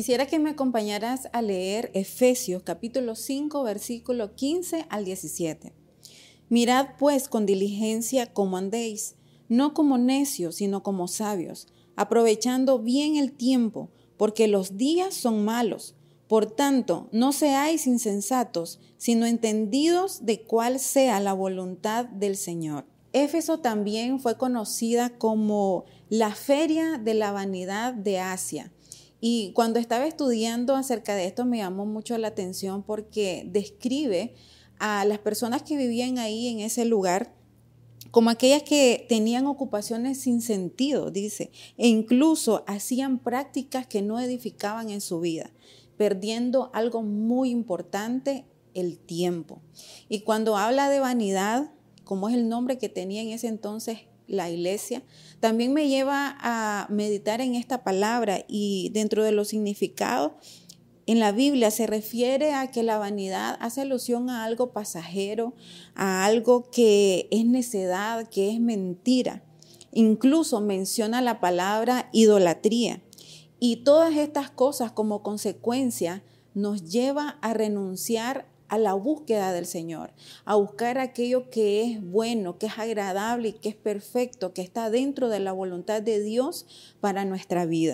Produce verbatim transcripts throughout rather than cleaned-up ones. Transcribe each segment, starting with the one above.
Quisiera que me acompañaras a leer Efesios capítulo cinco, versículo quince al diecisiete. Mirad pues con diligencia cómo andéis, no como necios, sino como sabios, aprovechando bien el tiempo, porque los días son malos. Por tanto, no seáis insensatos, sino entendidos de cuál sea la voluntad del Señor. Éfeso también fue conocida como la feria de la vanidad de Asia. Y cuando estaba estudiando acerca de esto me llamó mucho la atención porque describe a las personas que vivían ahí en ese lugar como aquellas que tenían ocupaciones sin sentido, dice, e incluso hacían prácticas que no edificaban en su vida, perdiendo algo muy importante, el tiempo. Y cuando habla de vanidad, como es el nombre que tenía en ese entonces la iglesia, también me lleva a meditar en esta palabra y dentro de los significados en la Biblia se refiere a que la vanidad hace alusión a algo pasajero, a algo que es necedad, que es mentira. Incluso menciona la palabra idolatría. Y todas estas cosas como consecuencia nos lleva a renunciar a la búsqueda del Señor, a buscar aquello que es bueno, que es agradable y que es perfecto, que está dentro de la voluntad de Dios para nuestra vida.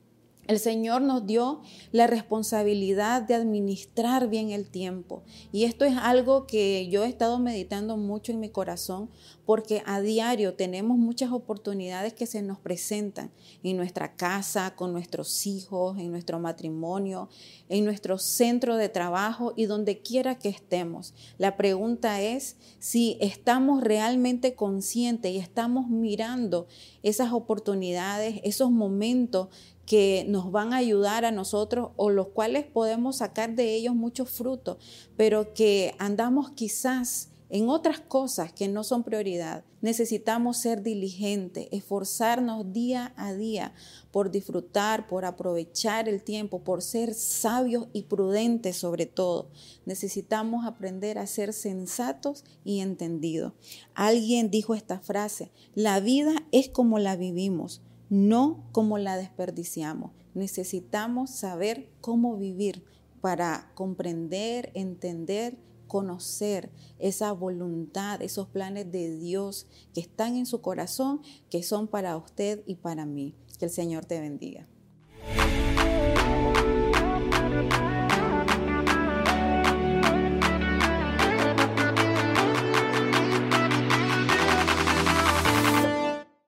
El Señor nos dio la responsabilidad de administrar bien el tiempo. Y esto es algo que yo he estado meditando mucho en mi corazón porque a diario tenemos muchas oportunidades que se nos presentan en nuestra casa, con nuestros hijos, en nuestro matrimonio, en nuestro centro de trabajo y donde quiera que estemos. La pregunta es si estamos realmente conscientes y estamos mirando esas oportunidades, esos momentos que nos van a ayudar a nosotros o los cuales podemos sacar de ellos muchos frutos, pero que andamos quizás en otras cosas que no son prioridad. Necesitamos ser diligentes, esforzarnos día a día por disfrutar, por aprovechar el tiempo, por ser sabios y prudentes sobre todo. Necesitamos aprender a ser sensatos y entendidos. Alguien dijo esta frase: la vida es como la vivimos, no como la desperdiciamos. Necesitamos saber cómo vivir para comprender, entender, conocer esa voluntad, esos planes de Dios que están en su corazón, que son para usted y para mí. Que el Señor te bendiga.